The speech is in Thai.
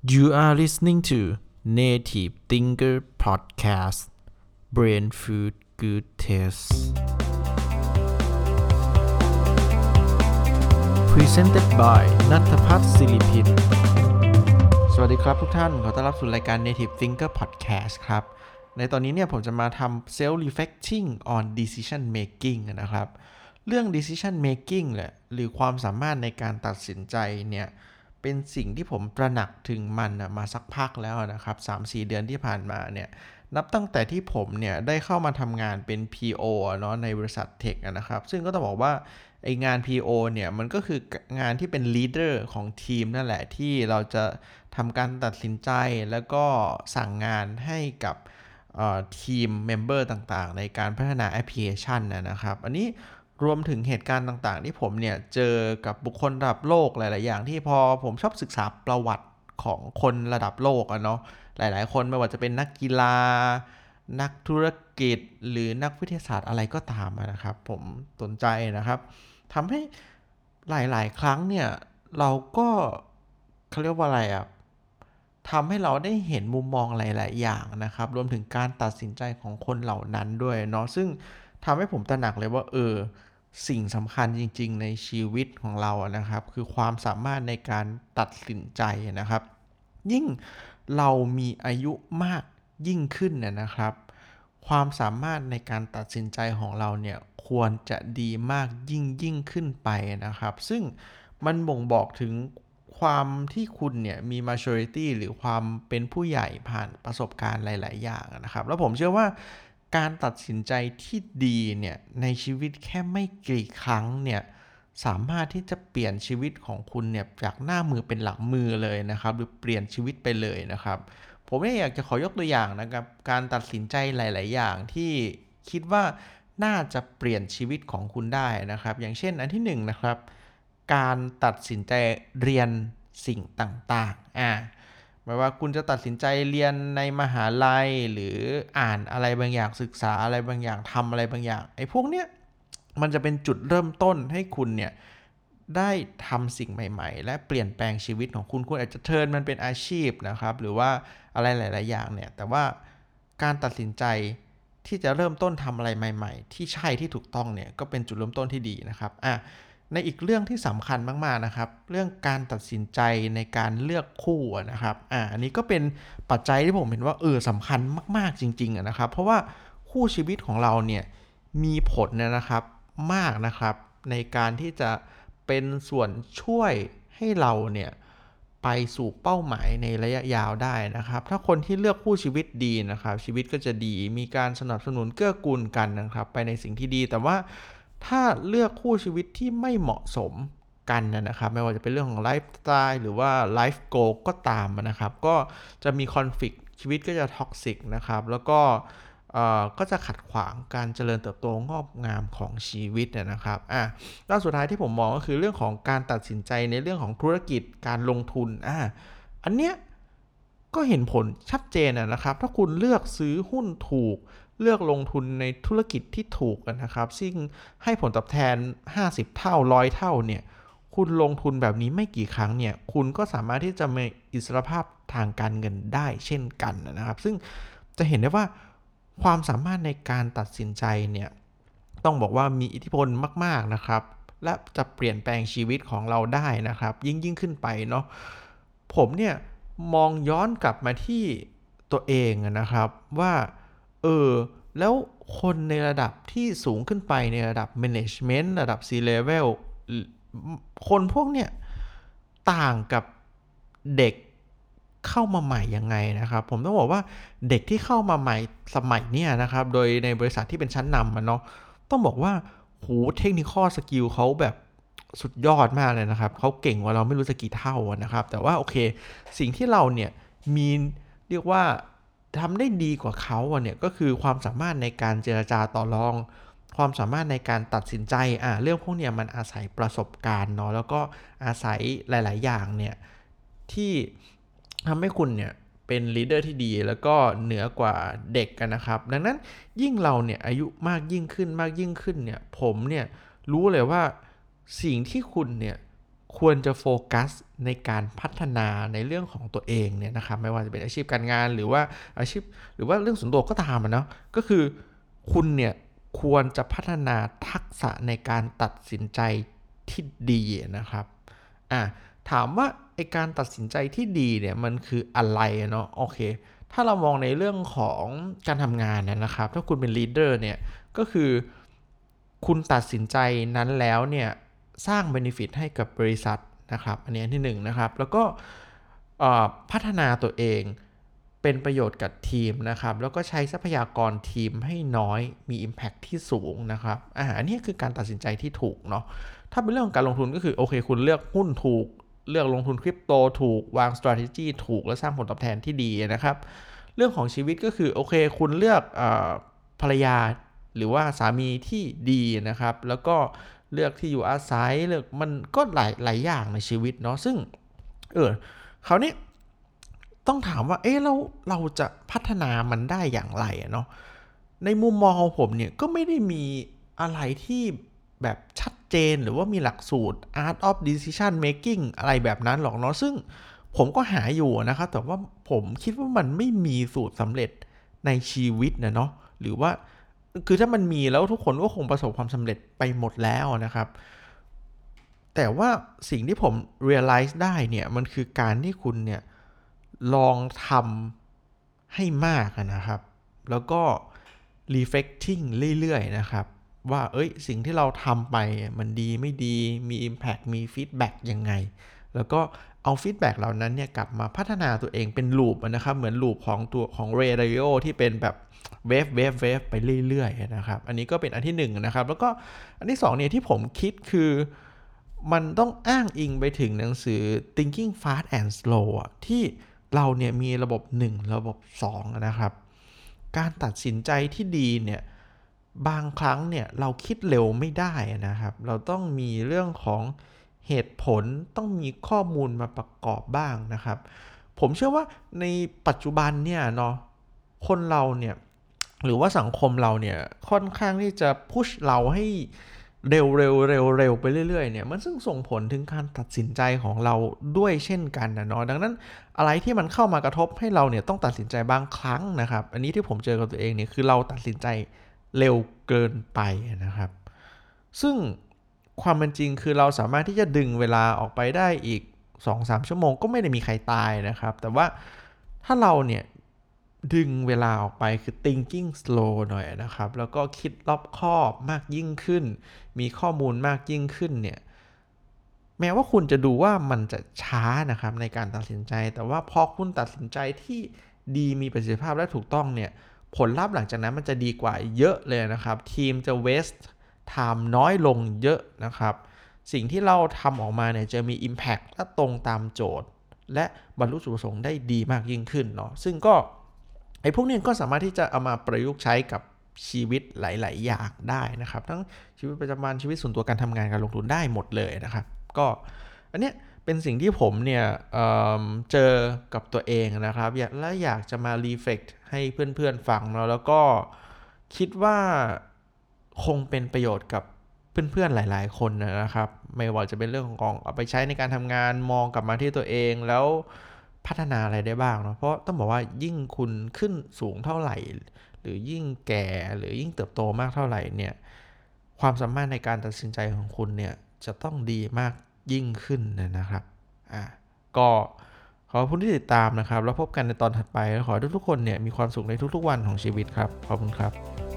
You are listening to Native Thinker Podcast Brain Food Good Taste Presented by ณัฐพัฒน์ศิริพินสวัสดีครับทุกท่านขอต้อนรับสู่รายการ Native Thinker Podcast ครับในตอนนี้เนี่ยผมจะมาทำ Self Reflecting on Decision Making นะครับเรื่อง Decision Making แหละหรือความสามารถในการตัดสินใจเนี่ยเป็นสิ่งที่ผมตระหนักถึงมันมาสักพักแล้วนะครับ 3-4 เดือนที่ผ่านมาเนี่ยนับตั้งแต่ที่ผมเนี่ยได้เข้ามาทำงานเป็น PO เนาะในบริษัทเทคนะครับซึ่งก็ต้องบอกว่าไองาน PO เนี่ยมันก็คืองานที่เป็น leader ของทีมนั่นแหละที่เราจะทำการตัดสินใจแล้วก็สั่งงานให้กับทีมเมมเบอร์ต่างๆในการพัฒนาแอปพลิเคชันนะครับอันนี้รวมถึงเหตุการณ์ต่างๆที่ผมเนี่ยเจอกับบุคคลระดับโลกหลายๆอย่างที่พอผมชอบศึกษาประวัติของคนระดับโลกเนาะหลายๆคนไม่ว่าจะเป็นนักกีฬานักธุรกิจหรือนักวิทยาศาสตร์อะไรก็ตามนะครับผมสนใจนะครับทำให้หลายๆครั้งเนี่ยเราก็เขาเรียกว่าอะไรทำให้เราได้เห็นมุมมองหลายๆอย่างนะครับรวมถึงการตัดสินใจของคนเหล่านั้นด้วยเนาะซึ่งทำให้ผมตระหนักเลยว่าสิ่งสำคัญจริงๆในชีวิตของเรานะครับคือความสามารถในการตัดสินใจนะครับยิ่งเรามีอายุมากยิ่งขึ้นนะครับความสามารถในการตัดสินใจของเราเนี่ยควรจะดีมากยิ่งขึ้นไปนะครับซึ่งมันบ่งบอกถึงความที่คุณเนี่ยมี maturity หรือความเป็นผู้ใหญ่ผ่านประสบการณ์หลายๆอย่างนะครับแล้วผมเชื่อว่าการตัดสินใจที่ดีเนี่ยในชีวิตแค่ไม่กี่ครั้งเนี่ยสามารถที่จะเปลี่ยนชีวิตของคุณเนี่ยจากหน้ามือเป็นหลังมือเลยนะครับหรือเปลี่ยนชีวิตไปเลยนะครับผมอยากจะขอยกตัวอย่างนะครับการตัดสินใจหลายๆอย่างที่คิดว่าน่าจะเปลี่ยนชีวิตของคุณได้นะครับอย่างเช่นอันที่หนึ่งนะครับการตัดสินใจเรียนสิ่งต่างๆไม่ว่าคุณจะตัดสินใจเรียนในมหาลัยหรืออ่านอะไรบางอย่างศึกษาอะไรบางอย่างทำอะไรบางอย่างไอ้พวกเนี้ยมันจะเป็นจุดเริ่มต้นให้คุณเนี่ยได้ทำสิ่งใหม่ๆและเปลี่ยนแปลงชีวิตของคุณอาจจะเทิร์นมันเป็นอาชีพนะครับหรือว่าอะไรหลายๆอย่างเนี่ยแต่ว่าการตัดสินใจที่จะเริ่มต้นทำอะไรใหม่ๆที่ใช่ที่ถูกต้องเนี่ยก็เป็นจุดเริ่มต้นที่ดีนะครับในอีกเรื่องที่สำคัญมากๆนะครับเรื่องการตัดสินใจในการเลือกคู่นะครับอันนี้ก็เป็นปัจจัยที่ผมเห็นว่าสำคัญมากๆจริงๆนะครับเพราะว่าคู่ชีวิตของเราเนี่ยมีผลนะครับมากนะครับในการที่จะเป็นส่วนช่วยให้เราเนี่ยไปสู่เป้าหมายในระยะยาวได้นะครับถ้าคนที่เลือกคู่ชีวิตดีนะครับชีวิตก็จะดีมีการสนับสนุนเกื้อกูลกันนะครับไปในสิ่งที่ดีแต่ว่าถ้าเลือกคู่ชีวิตที่ไม่เหมาะสมกันนะครับไม่ว่าจะเป็นเรื่องของไลฟ์สไตล์หรือว่าไลฟ์โกลก็ตามนะครับก็จะมีคอนฟลิกต์ชีวิตก็จะท็อกซิกนะครับแล้วก็จะขัดขวางการเจริญเติบโตงอกงามของชีวิตนะครับด้านสุดท้ายที่ผมมองก็คือเรื่องของการตัดสินใจในเรื่องของธุรกิจการลงทุนอันเนี้ยก็เห็นผลชัดเจนนะครับถ้าคุณเลือกซื้อหุ้นถูกเลือกลงทุนในธุรกิจที่ถูกนะครับซึ่งให้ผลตอบแทน50เท่า100เท่าเนี่ยคุณลงทุนแบบนี้ไม่กี่ครั้งเนี่ยคุณก็สามารถที่จะมีอิสรภาพทางการเงินได้เช่นกันนะครับซึ่งจะเห็นได้ว่าความสามารถในการตัดสินใจเนี่ยต้องบอกว่ามีอิทธิพลมากๆนะครับและจะเปลี่ยนแปลงชีวิตของเราได้นะครับยิ่งขึ้นไปเนาะผมเนี่ยมองย้อนกลับมาที่ตัวเองนะครับว่าแล้วคนในระดับที่สูงขึ้นไปในระดับ management ระดับ C-level คนพวกเนี่ยต่างกับเด็กเข้ามาใหม่ยังไงนะครับผมต้องบอกว่าเด็กที่เข้ามาใหม่สมัยเนี้ยนะครับโดยในบริษัทที่เป็นชั้นนำเนาะต้องบอกว่าเทคนิคอลสกิลเขาแบบสุดยอดมากเลยนะครับเขาเก่งกว่าเราไม่รู้จะกี่เท่านะครับแต่ว่าโอเคสิ่งที่เราเนี่ยมีเรียกว่าทำได้ดีกว่าเขาเนี่ยก็คือความสามารถในการเจรจาต่อรองความสามารถในการตัดสินใจเรื่องพวกเนี้ยมันอาศัยประสบการณ์เนาะแล้วก็อาศัยหลายๆอย่างเนี่ยที่ทำให้คุณเนี่ยเป็นลีดเดอร์ที่ดีแล้วก็เหนือกว่าเด็กกันนะครับดังนั้นยิ่งเราเนี่ยอายุมากยิ่งขึ้นเนี่ยผมเนี่ยรู้เลยว่าสิ่งที่คุณเนี่ยควรจะโฟกัสในการพัฒนาในเรื่องของตัวเองเนี่ยนะครับไม่ว่าจะเป็นอาชีพการงานหรือว่าอาชีพหรือว่าเรื่องส่วนตัวก็ตามเนาะก็คือคุณเนี่ยควรจะพัฒนาทักษะในการตัดสินใจที่ดีนะครับถามว่าไอการตัดสินใจที่ดีเนี่ยมันคืออะไรเนาะโอเคถ้าเรามองในเรื่องของการทำงานนะครับถ้าคุณเป็นลีดเดอร์เนี่ยก็คือคุณตัดสินใจนั้นแล้วเนี่ยสร้าง benefit ให้กับบริษัทนะครับอันนี้อันที่1นะครับแล้วก็พัฒนาตัวเองเป็นประโยชน์กับทีมนะครับแล้วก็ใช้ทรัพยากรทีมให้น้อยมี impact ที่สูงนะครับอันนี้คือการตัดสินใจที่ถูกเนาะถ้าเป็นเรื่องของการลงทุนก็คือโอเคคุณเลือกหุ้นถูกเลือกลงทุนคริปโตถูกวาง strategy ถูกและสร้างผลตอบแทนที่ดีนะครับเรื่องของชีวิตก็คือโอเคคุณเลือกภรรยาหรือว่าสามีที่ดีนะครับแล้วก็เลือกที่อยู่อาศัยเลือกมันก็หลายอย่างในชีวิตเนาะซึ่งคราวนี้ต้องถามว่าเราจะพัฒนามันได้อย่างไรเนาะในมุมมองของผมเนี่ยก็ไม่ได้มีอะไรที่แบบชัดเจนหรือว่ามีหลักสูตร Art of Decision Making อะไรแบบนั้นหรอกเนาะซึ่งผมก็หาอยู่นะครับแต่ว่าผมคิดว่ามันไม่มีสูตรสำเร็จในชีวิตนะเนาะหรือว่าคือถ้ามันมีแล้วทุกคนก็คงประสบความสำเร็จไปหมดแล้วนะครับแต่ว่าสิ่งที่ผม realize ได้เนี่ยมันคือการที่คุณเนี่ยลองทำให้มากนะครับแล้วก็ reflecting เรื่อยๆนะครับว่าสิ่งที่เราทำไปมันดีไม่ดีมี impact มี feedback ยังไงแล้วก็เอา feedback เหล่านั้นเนี่ยกลับมาพัฒนาตัวเองเป็นลูปนะครับเหมือนลูปของตัวของ Ray Dalio ที่เป็นแบบเวฟไปเรื่อยๆนะครับอันนี้ก็เป็นอันที่1นะครับแล้วก็อันที่2เนี่ยที่ผมคิดคือมันต้องอ้างอิงไปถึงหนังสือ Thinking Fast and Slow ที่เราเนี่ยมีระบบ1ระบบ2นะครับการตัดสินใจที่ดีเนี่ยบางครั้งเนี่ยเราคิดเร็วไม่ได้นะครับเราต้องมีเรื่องของเหตุผลต้องมีข้อมูลมาประกอบบ้างนะครับผมเชื่อว่าในปัจจุบันเนี่ยเนาะคนเราเนี่ยหรือว่าสังคมเราเนี่ยค่อนข้างที่จะพุชเราให้เร็วไปเรื่อยๆเนี่ยมันซึ่งส่งผลถึงการตัดสินใจของเราด้วยเช่นกันนะเนาะดังนั้นอะไรที่มันเข้ามากระทบให้เราเนี่ยต้องตัดสินใจบางครั้งนะครับอันนี้ที่ผมเจอกับตัวเองเนี่ยคือเราตัดสินใจเร็วเกินไปนะครับซึ่งความเป็นจริงคือเราสามารถที่จะดึงเวลาออกไปได้อีก 2-3 ชั่วโมงก็ไม่ได้มีใครตายนะครับแต่ว่าถ้าเราเนี่ยดึงเวลาออกไปคือ thinking slow หน่อยนะครับแล้วก็คิดรอบคอบมากยิ่งขึ้นมีข้อมูลมากยิ่งขึ้นเนี่ยแม้ว่าคุณจะดูว่ามันจะช้านะครับในการตัดสินใจแต่ว่าพอคุณตัดสินใจที่ดีมีประสิทธิภาพและถูกต้องเนี่ยผลลัพธ์หลังจากนั้นมันจะดีกว่าเยอะเลยนะครับทีมจะ waste time น้อยลงเยอะนะครับสิ่งที่เราทำออกมาเนี่ยจะมี impact และตรงตามโจทย์และบรรลุจุดประสงค์ได้ดีมากยิ่งขึ้นเนาะซึ่งก็พวกนี้ก็สามารถที่จะเอามาประยุกต์ใช้กับชีวิตหลายๆอย่างได้นะครับทั้งชีวิตประจำวันชีวิตส่วนตัวการทำงานการลงทุนได้หมดเลยนะครับก็อันเนี้ยเป็นสิ่งที่ผมเนี่ยเจอกับตัวเองนะครับและอยากจะมา reflect ให้เพื่อนๆฟังเนาะแล้วก็คิดว่าคงเป็นประโยชน์กับเพื่อนๆหลายๆคนนะครับไม่ว่าจะเป็นเรื่องของเอาไปใช้ในการทำงานมองกลับมาที่ตัวเองแล้วพัฒนาอะไรได้บ้างเนาะเพราะต้องบอกว่ายิ่งคุณขึ้นสูงเท่าไหร่หรือยิ่งแก่หรือยิ่งเติบโตมากเท่าไหร่เนี่ยความสามารถในการตัดสินใจของคุณเนี่ยจะต้องดีมากยิ่งขึ้นนะครับก็ขอบคุณที่ติดตามนะครับแล้วพบกันในตอนถัดไปขอให้ทุกๆคนเนี่ยมีความสุขในทุกๆวันของชีวิตครับขอบคุณครับ